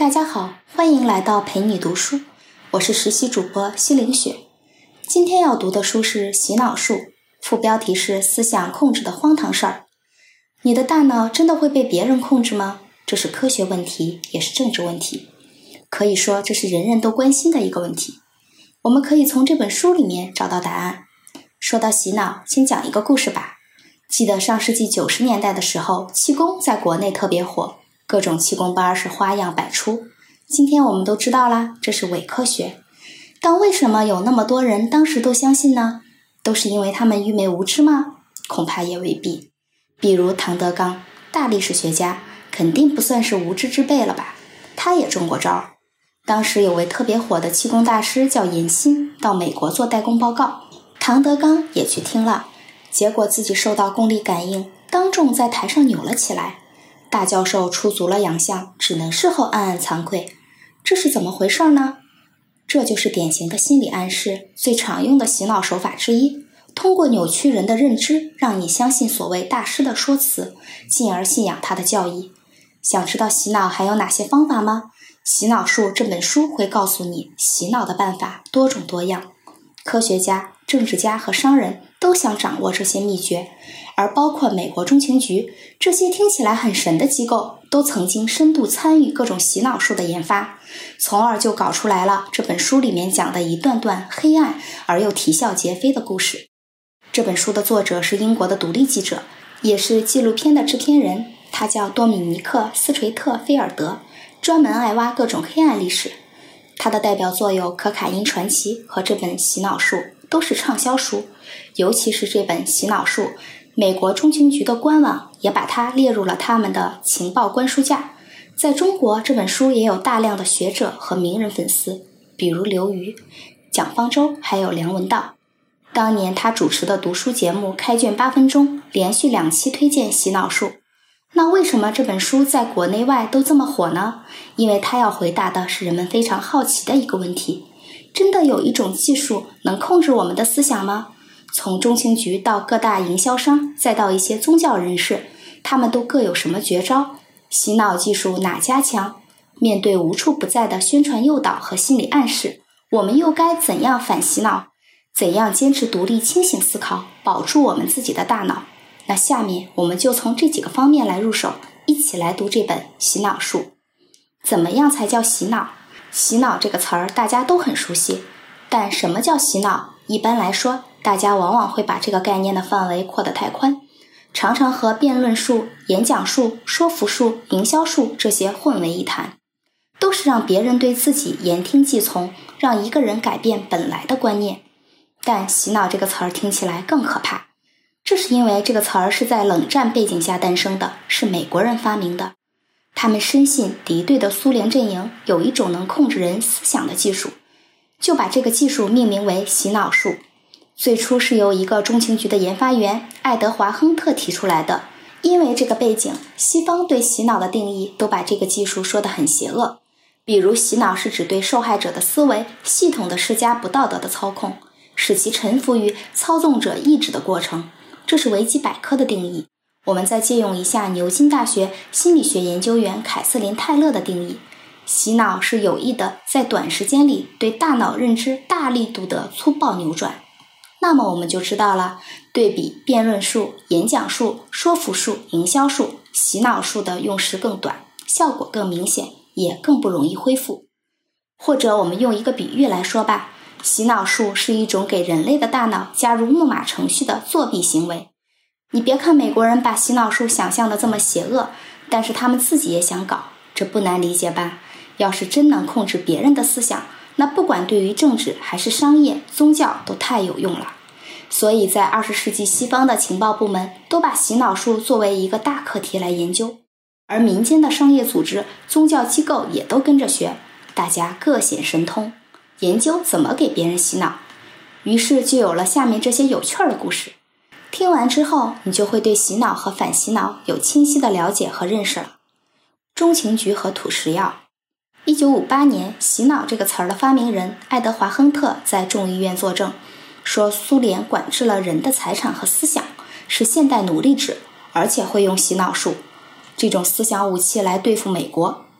大家好，欢迎来到陪你读书，我是实习主播西凌雪。今天要读的书是《洗脑术》，副标题是思想控制的荒唐事儿。你的大脑真的会被别人控制吗？这是科学问题，也是政治问题。可以说这是人人都关心的一个问题。我们可以从这本书里面找到答案。说到洗脑，先讲一个故事吧。记得上世纪90年代的时候，气功在国内特别火，各种气功班是花样百出。今天我们都知道啦，这是伪科学。但为什么有那么多人当时都相信呢？都是因为他们愚昧无知吗？恐怕也未必。比如唐德刚，大历史学家，肯定不算是无知之辈了吧？他也中过招。当时有位特别火的气功大师叫严新，到美国做代工报告，唐德刚也去听了，结果自己受到功力感应，当众在台上扭了起来。大教授出足了洋相，只能事后暗暗惭愧。这是怎么回事呢？这就是典型的心理暗示，最常用的洗脑手法之一，通过扭曲人的认知，让你相信所谓大师的说辞，进而信仰他的教义。想知道洗脑还有哪些方法吗？《洗脑术》这本书会告诉你，洗脑的办法多种多样。科学家、政治家和商人都想掌握这些秘诀，而包括美国中情局，这些听起来很神的机构，都曾经深度参与各种洗脑术的研发，从而就搞出来了这本书里面讲的一段段黑暗而又啼笑皆非的故事。这本书的作者是英国的独立记者，也是纪录片的制片人，他叫多米尼克·斯垂特·菲尔德，专门爱挖各种黑暗历史。他的代表作有《可卡因传奇》和这本《洗脑术》，都是畅销书。尤其是这本《洗脑术》，美国中情局的官网也把它列入了他们的情报关书架。在中国，这本书也有大量的学者和名人粉丝，比如刘瑜、蒋方舟还有梁文道。当年他主持的读书节目《开卷8分钟》连续2期推荐《洗脑术》。那为什么这本书在国内外都这么火呢？因为它要回答的是人们非常好奇的一个问题：真的有一种技术能控制我们的思想吗？从中情局到各大营销商，再到一些宗教人士，他们都各有什么绝招？洗脑技术哪家强？面对无处不在的宣传诱导和心理暗示，我们又该怎样反洗脑？怎样坚持独立清醒思考，保住我们自己的大脑？那下面我们就从这几个方面来入手，一起来读这本《洗脑术》。怎么样才叫洗脑？洗脑这个词儿大家都很熟悉，但什么叫洗脑？一般来说，大家往往会把这个概念的范围扩得太宽，常常和辩论术、演讲术、说服术、营销术这些混为一谈，都是让别人对自己言听计从，让一个人改变本来的观念。但洗脑这个词儿听起来更可怕，这是因为这个词儿是在冷战背景下诞生的，是美国人发明的。他们深信敌对的苏联阵营有一种能控制人思想的技术，就把这个技术命名为洗脑术。最初是由一个中情局的研发员爱德华·亨特提出来的。因为这个背景，西方对洗脑的定义都把这个技术说得很邪恶。比如洗脑是指对受害者的思维系统的施加不道德的操控，使其臣服于操纵者意志的过程，这是维基百科的定义。我们再借用一下牛津大学心理学研究员凯瑟琳·泰勒的定义：洗脑是有意的在短时间里对大脑认知大力度的粗暴扭转。那么我们就知道了，对比辩论术、演讲术、说服术、营销术，洗脑术的用时更短，效果更明显，也更不容易恢复。或者我们用一个比喻来说吧，洗脑术是一种给人类的大脑加入木马程序的作弊行为。你别看美国人把洗脑术想象的这么邪恶，但是他们自己也想搞，这不难理解吧？要是真能控制别人的思想，那不管对于政治还是商业、宗教都太有用了。所以在20世纪西方的情报部门都把洗脑术作为一个大课题来研究，而民间的商业组织、宗教机构也都跟着学，大家各显神通，研究怎么给别人洗脑。于是就有了下面这些有趣的故事。听完之后，你就会对洗脑和反洗脑有清晰的了解和认识了。中情局和土石药。1958年，洗脑这个词儿的发明人爱德华·亨特在众议院作证，说苏联管制了人的财产和思想，是现代奴隶制，而且会用洗脑术这种思想武器来对付美国。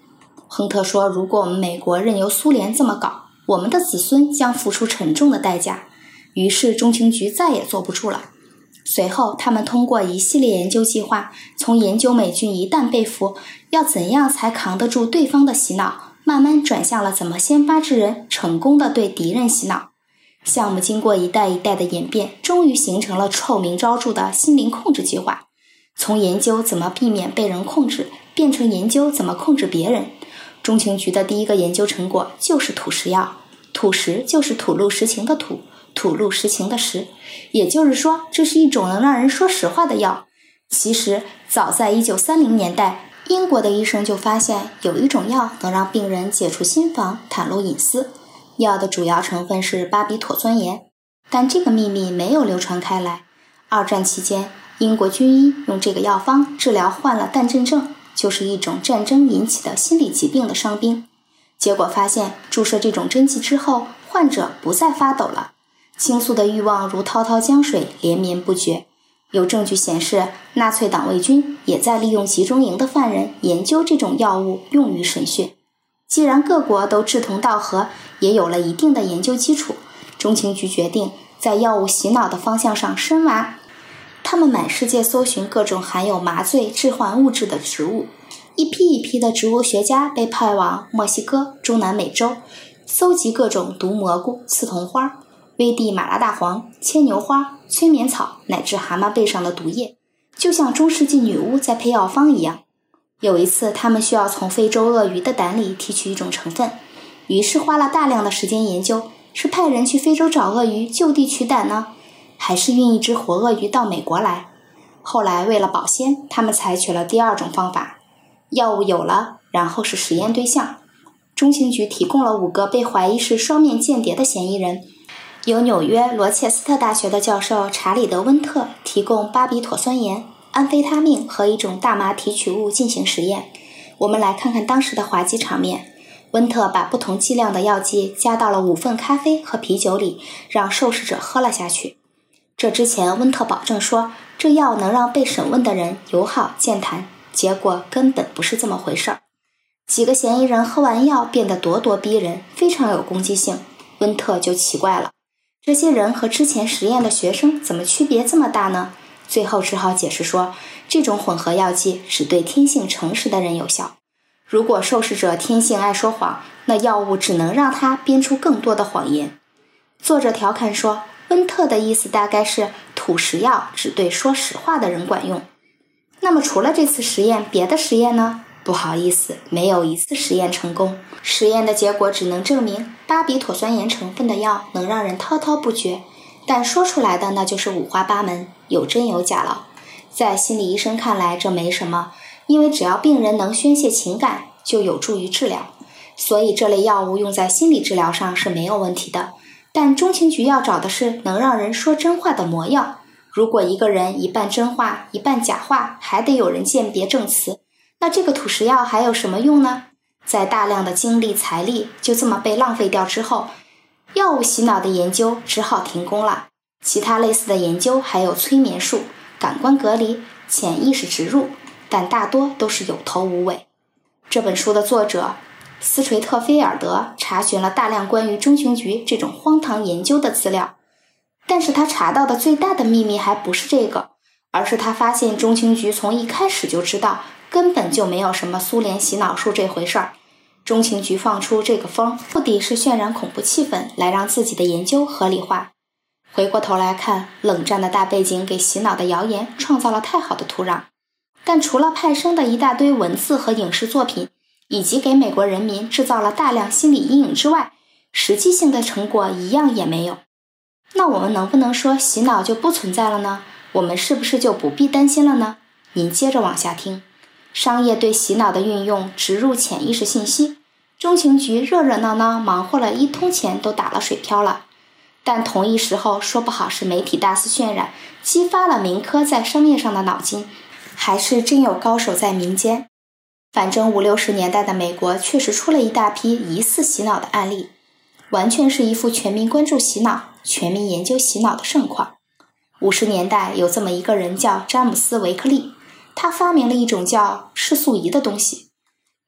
亨特说，如果我们美国任由苏联这么搞，我们的子孙将付出沉重的代价。于是中情局再也坐不住了。随后他们通过一系列研究计划，从研究美军一旦被俘要怎样才扛得住对方的洗脑，慢慢转向了怎么先发制人，成功的对敌人洗脑。项目经过一代一代的演变，终于形成了臭名昭著的心灵控制计划。从研究怎么避免被人控制，变成研究怎么控制别人。中情局的第一个研究成果就是土石药。土石就是吐露实情的土，吐露实情的实，也就是说，这是一种能让人说实话的药。其实早在1930年代，英国的医生就发现有一种药能让病人解除心防，袒露隐私。药的主要成分是巴比妥酸盐，但这个秘密没有流传开来。二战期间，英国军医用这个药方治疗患了弹震症，就是一种战争引起的心理疾病的伤兵。结果发现，注射这种针剂之后，患者不再发抖了，倾诉的欲望如滔滔江水，连绵不绝。有证据显示，纳粹党卫军也在利用集中营的犯人研究这种药物用于审讯。既然各国都志同道合，也有了一定的研究基础，中情局决定在药物洗脑的方向上深挖。他们满世界搜寻各种含有麻醉致幻物质的植物，一批一批的植物学家被派往墨西哥、中南美洲，搜集各种毒蘑菇、刺桐花、危地马拉大黄、牵牛花、催眠草乃至蛤蟆背上的毒液，就像中世纪女巫在配药方一样。有一次，他们需要从非洲鳄鱼的胆里提取一种成分，于是花了大量的时间研究，是派人去非洲找鳄鱼就地取胆呢，还是运一只活鳄鱼到美国来？后来为了保鲜，他们采取了第二种方法。药物有了，然后是实验对象。中情局提供了5个被怀疑是双面间谍的嫌疑人，由纽约罗切斯特大学的教授查理德·温特提供巴比妥酸盐、安非他命和一种大麻提取物进行实验。我们来看看当时的滑稽场面。温特把不同剂量的药剂加到了5份咖啡和啤酒里，让受试者喝了下去。这之前，温特保证说这药能让被审问的人友好健谈，结果根本不是这么回事儿。几个嫌疑人喝完药变得咄咄逼人，非常有攻击性。温特就奇怪了，这些人和之前实验的学生怎么区别这么大呢？最后只好解释说，这种混合药剂只对天性诚实的人有效。如果受试者天性爱说谎，那药物只能让他编出更多的谎言。作者调侃说，温特的意思大概是土石药只对说实话的人管用。那么除了这次实验，别的实验呢？不好意思，没有一次实验成功。实验的结果只能证明巴比妥酸盐成分的药能让人滔滔不绝，但说出来的那就是五花八门，有真有假了。在心理医生看来，这没什么，因为只要病人能宣泄情感，就有助于治疗，所以这类药物用在心理治疗上是没有问题的。但中情局要找的是能让人说真话的魔药。如果一个人一半真话一半假话，还得有人鉴别证词，那这个土石药还有什么用呢？在大量的精力财力就这么被浪费掉之后，药物洗脑的研究只好停工了。其他类似的研究还有催眠术、感官隔离、潜意识植入，但大多都是有头无尾。这本书的作者斯垂特菲尔德查询了大量关于中情局这种荒唐研究的资料，但是他查到的最大的秘密还不是这个，而是他发现中情局从一开始就知道根本就没有什么苏联洗脑术这回事儿。中情局放出这个风，目的是渲染恐怖气氛，来让自己的研究合理化。回过头来看，冷战的大背景给洗脑的谣言创造了太好的土壤，但除了派生的一大堆文字和影视作品，以及给美国人民制造了大量心理阴影之外，实际性的成果一样也没有。那我们能不能说洗脑就不存在了呢？我们是不是就不必担心了呢？您接着往下听。商业对洗脑的运用植入潜意识信息，中情局热热闹闹忙活了1通钱都打了水漂了。但同一时候，说不好是媒体大肆渲染，激发了民科在商业上的脑筋，还是真有高手在民间。反正50、60年代的美国确实出了一大批疑似洗脑的案例，完全是一副全民关注洗脑、全民研究洗脑的盛况。50年代有这么一个人叫詹姆斯·维克利，他发明了一种叫视素仪的东西。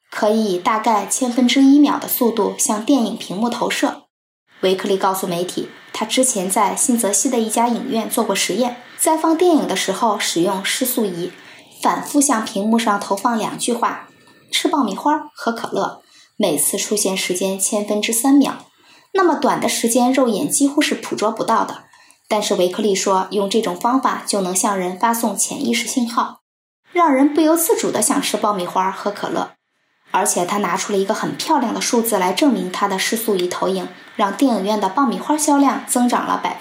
可以大概1/1000秒的速度向电影屏幕投射。维克利告诉媒体，他之前在新泽西的一家影院做过实验，在放电影的时候使用失速仪，反复向屏幕上投放2句话：吃爆米花，喝可乐，每次出现时间3/1000秒。那么短的时间，肉眼几乎是捕捉不到的。但是维克利说，用这种方法就能向人发送潜意识信号，让人不由自主地想吃爆米花、喝可乐。而且他拿出了一个很漂亮的数字来证明他的失速仪投影让电影院的爆米花销量增长了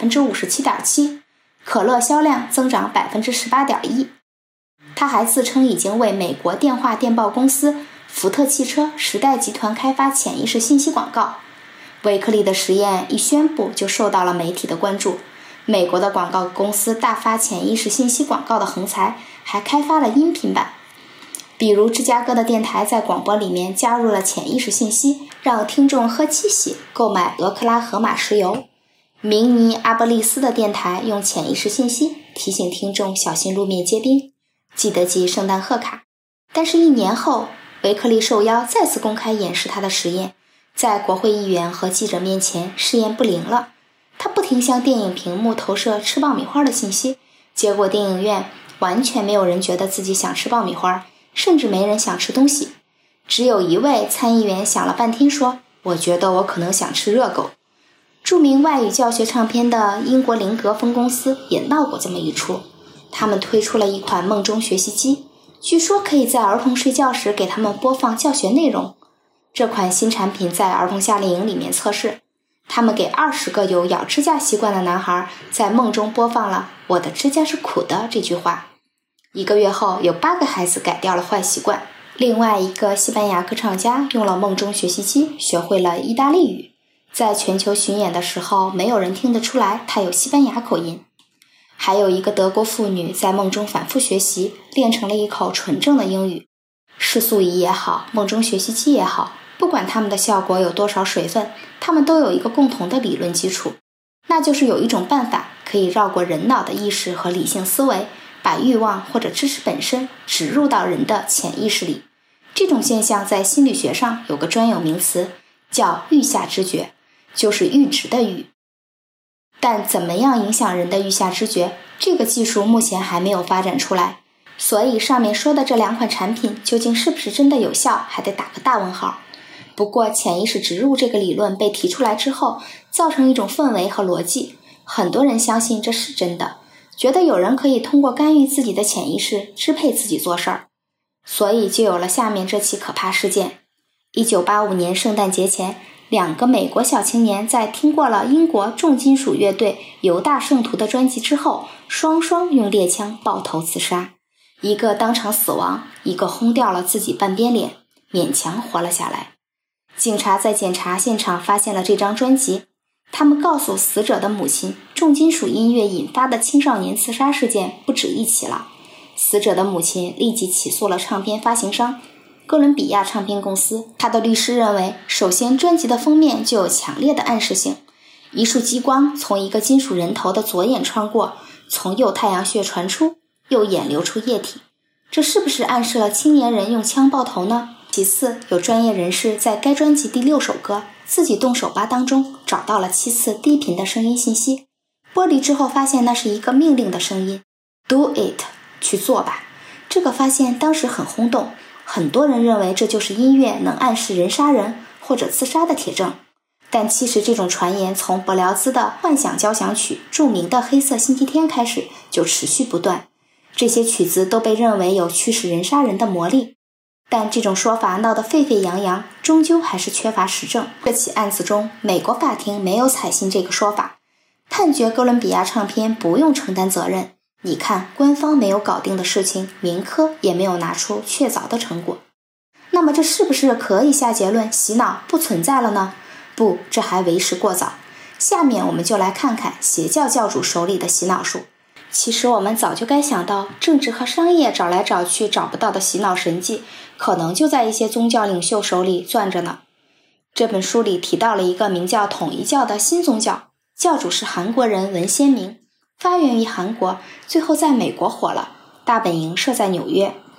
57.7%， 可乐销量增长 18.1%。 他还自称已经为美国电话电报公司、福特汽车、时代集团开发潜意识信息广告。维克利的实验一宣布就受到了媒体的关注，美国的广告公司大发潜意识信息广告的横财，还开发了音频版。比如芝加哥的电台在广播里面加入了潜意识信息，让听众喝七喜购买俄克拉荷马石油。明尼阿波利斯的电台用潜意识信息提醒听众小心路面结冰，记得寄圣诞贺卡。但是1年后，维克利受邀再次公开演示他的实验，在国会议员和记者面前试验不灵了。他不停向电影屏幕投射吃爆米花的信息，结果电影院完全没有人觉得自己想吃爆米花，甚至没人想吃东西。只有一位参议员想了半天说，我觉得我可能想吃热狗。著名外语教学唱片的英国林格分公司也闹过这么一出，他们推出了一款梦中学习机，据说可以在儿童睡觉时给他们播放教学内容。这款新产品在儿童夏令营里面测试，他们给20个有咬指甲习惯的男孩在梦中播放了我的指甲是苦的这句话。1个月后，有8个孩子改掉了坏习惯。另外一个西班牙歌唱家用了梦中学习机学会了意大利语，在全球巡演的时候，没有人听得出来他有西班牙口音。还有一个德国妇女在梦中反复学习，练成了一口纯正的英语。失速仪也好，梦中学习机也好，不管它们的效果有多少水分，它们都有一个共同的理论基础，那就是有一种办法可以绕过人脑的意识和理性思维，把欲望或者知识本身植入到人的潜意识里。这种现象在心理学上有个专有名词，叫阈下知觉，就是阈值的阈。但怎么样影响人的阈下知觉，这个技术目前还没有发展出来，所以上面说的这2款产品究竟是不是真的有效，还得打个大问号。不过潜意识植入这个理论被提出来之后，造成一种氛围和逻辑，很多人相信这是真的，觉得有人可以通过干预自己的潜意识支配自己做事儿，所以就有了下面这起可怕事件。1985年圣诞节前，2个美国小青年在听过了英国重金属乐队犹大圣徒的专辑之后，双双用猎枪爆头自杀，一个当场死亡，一个轰掉了自己半边脸，勉强活了下来。警察在检查现场发现了这张专辑，他们告诉死者的母亲，重金属音乐引发的青少年自杀事件不止一起了。死者的母亲立即起诉了唱片发行商哥伦比亚唱片公司。他的律师认为，首先专辑的封面就有强烈的暗示性，一束激光从一个金属人头的左眼穿过，从右太阳穴传出，右眼流出液体，这是不是暗示了青年人用枪爆头呢？其次，有专业人士在该专辑第6首歌自己动手吧当中找到了7次低频的声音信息，剥离之后发现那是一个命令的声音， Do it， 去做吧。这个发现当时很轰动，很多人认为这就是音乐能暗示人杀人或者自杀的铁证。但其实这种传言从柏辽兹的幻想交响曲著名的黑色星期天开始就持续不断，这些曲子都被认为有驱使人杀人的魔力。但这种说法闹得沸沸扬扬，终究还是缺乏实证。这起案子中，美国法庭没有采信这个说法，判决哥伦比亚唱片不用承担责任。你看，官方没有搞定的事情，民科也没有拿出确凿的成果。那么这是不是可以下结论洗脑不存在了呢？不，这还为时过早。下面我们就来看看邪教教主手里的洗脑术。其实我们早就该想到，政治和商业找来找去找不到的洗脑神迹，可能就在一些宗教领袖手里攥着呢。这本书里提到了一个名叫统一教的新宗教，教主是韩国人文先明，发源于韩国，最后在美国火了，大本营设在纽约。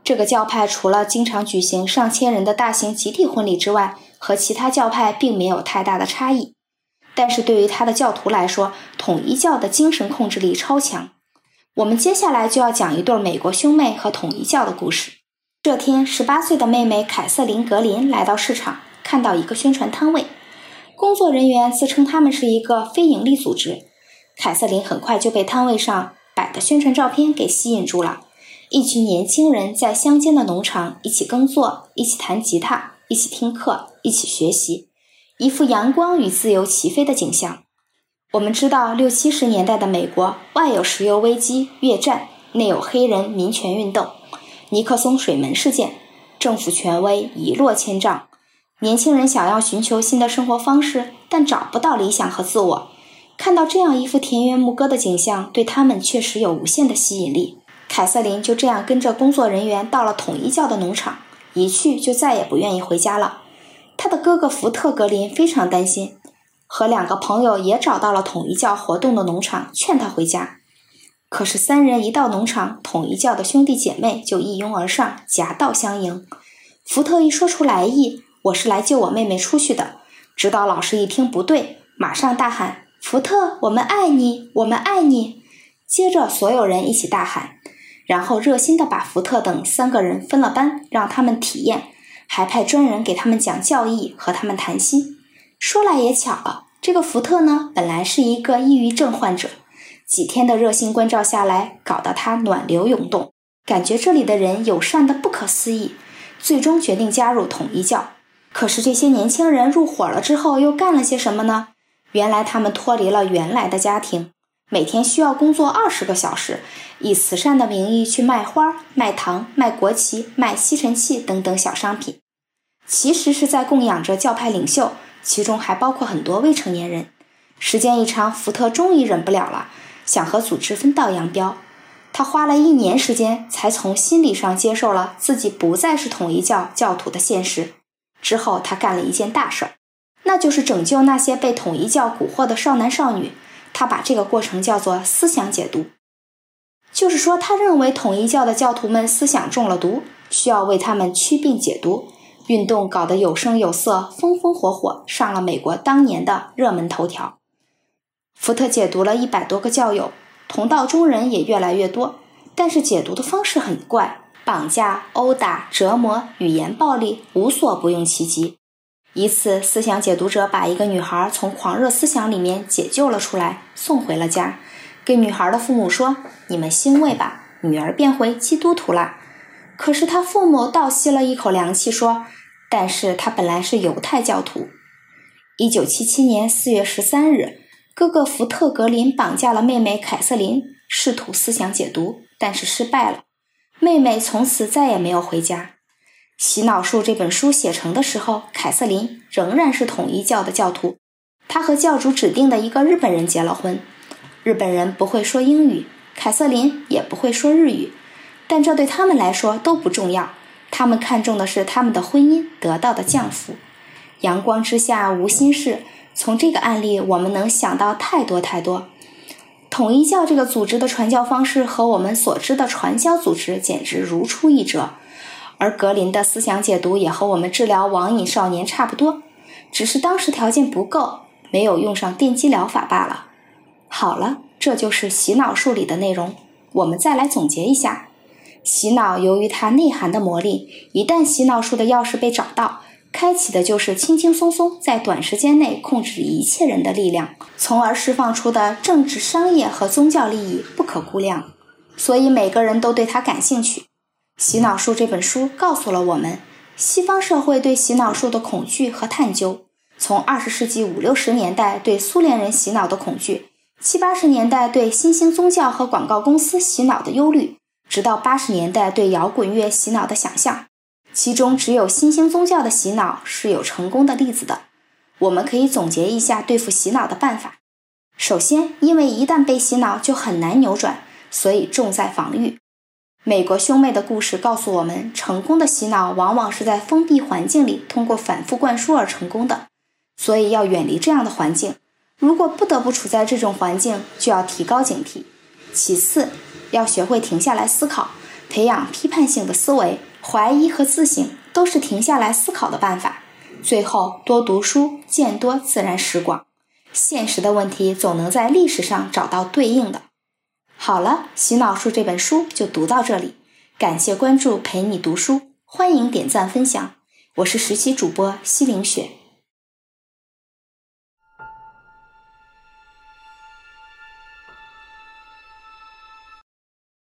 这个教派除了经常举行上千人的大型集体婚礼之外，和其他教派并没有太大的差异。但是对于他的教徒来说，统一教的精神控制力超强。我们接下来就要讲一对美国兄妹和统一教的故事。这天，18岁的妹妹凯瑟琳·格林来到市场，看到一个宣传摊位，工作人员自称他们是一个非营利组织。凯瑟琳很快就被摊位上摆的宣传照片给吸引住了。一群年轻人在乡间的农场一起耕作，一起弹吉他，一起听课，一起学习，一副阳光与自由齐飞的景象。我们知道60、70年代的美国，外有石油危机、越战，内有黑人民权运动、尼克松水门事件，政府权威一落千丈。年轻人想要寻求新的生活方式，但找不到理想和自我。看到这样一幅田园牧歌的景象，对他们确实有无限的吸引力。凯瑟琳就这样跟着工作人员到了统一教的农场，一去就再也不愿意回家了。他的哥哥福特·格林非常担心，和2个朋友也找到了统一教活动的农场，劝他回家。可是3人一到农场，统一教的兄弟姐妹就一拥而上，夹道相迎。福特一说出来意，我是来救我妹妹出去的。指导老师一听不对，马上大喊，福特，我们爱你，我们爱你。接着所有人一起大喊，然后热心地把福特等3个人分了班，让他们体验，还派专人给他们讲教义，和他们谈心。说来也巧了，这个福特呢，本来是一个抑郁症患者，几天的热心关照下来，搞得他暖流涌动，感觉这里的人友善得不可思议，最终决定加入统一教。可是这些年轻人入伙了之后又干了些什么呢？原来他们脱离了原来的家庭，每天需要工作20个小时，以慈善的名义去卖花、卖糖、卖国旗、卖吸尘器等等小商品，其实是在供养着教派领袖，其中还包括很多未成年人。时间一长，福特终于忍不了了，想和组织分道扬镳。他花了1年时间，才从心理上接受了自己不再是统一教教徒的现实。之后他干了一件大事儿，那就是拯救那些被统一教蛊惑的少男少女。他把这个过程叫做思想解毒，就是说他认为统一教的教徒们思想中了毒，需要为他们祛病解毒。运动搞得有声有色，风风火火，上了美国当年的热门头条。福特解读了100多个教友，同道中人也越来越多，但是解读的方式很怪，绑架、殴打、折磨、语言暴力，无所不用其极。一次，思想解读者把一个女孩从狂热思想里面解救了出来，送回了家，跟女孩的父母说，你们欣慰吧，女儿变回基督徒了。可是他父母倒吸了一口凉气，说，但是他本来是犹太教徒。1977年4月13日，哥哥福特·格林绑架了妹妹凯瑟琳，试图思想解毒，但是失败了。妹妹从此再也没有回家。《洗脑术》这本书写成的时候，凯瑟琳仍然是统一教的教徒，她和教主指定的一个日本人结了婚。日本人不会说英语，凯瑟琳也不会说日语，但这对他们来说都不重要，他们看重的是他们的婚姻得到的降福。阳光之下无心事，从这个案例我们能想到太多太多。统一教这个组织的传教方式和我们所知的传销组织简直如出一辙，而格林的思想解读也和我们治疗网瘾少年差不多，只是当时条件不够，没有用上电击疗法罢了。好了，这就是洗脑术里的内容，我们再来总结一下。洗脑由于它内涵的魔力，一旦洗脑术的钥匙被找到，开启的就是轻轻松松在短时间内控制一切人的力量，从而释放出的政治、商业和宗教利益不可估量，所以每个人都对它感兴趣。洗脑术这本书告诉了我们西方社会对洗脑术的恐惧和探究，从20世纪50、60年代对苏联人洗脑的恐惧，70、80年代对新兴宗教和广告公司洗脑的忧虑，直到80年代对摇滚乐洗脑的想象，其中只有新兴宗教的洗脑是有成功的例子的。我们可以总结一下对付洗脑的办法。首先，因为一旦被洗脑就很难扭转，所以重在防御。美国兄妹的故事告诉我们，成功的洗脑往往是在封闭环境里通过反复灌输而成功的，所以要远离这样的环境。如果不得不处在这种环境，就要提高警惕。其次，要学会停下来思考， 培养批判性的思维，怀疑和自省都是停下来思考的办法。最后，多读书，见多自然识广。现实的问题总能在历史上找到对应的。好了，洗脑术这本书就读到这里，感谢关注，陪你读书，欢迎点赞分享。我是实习主播西凌雪。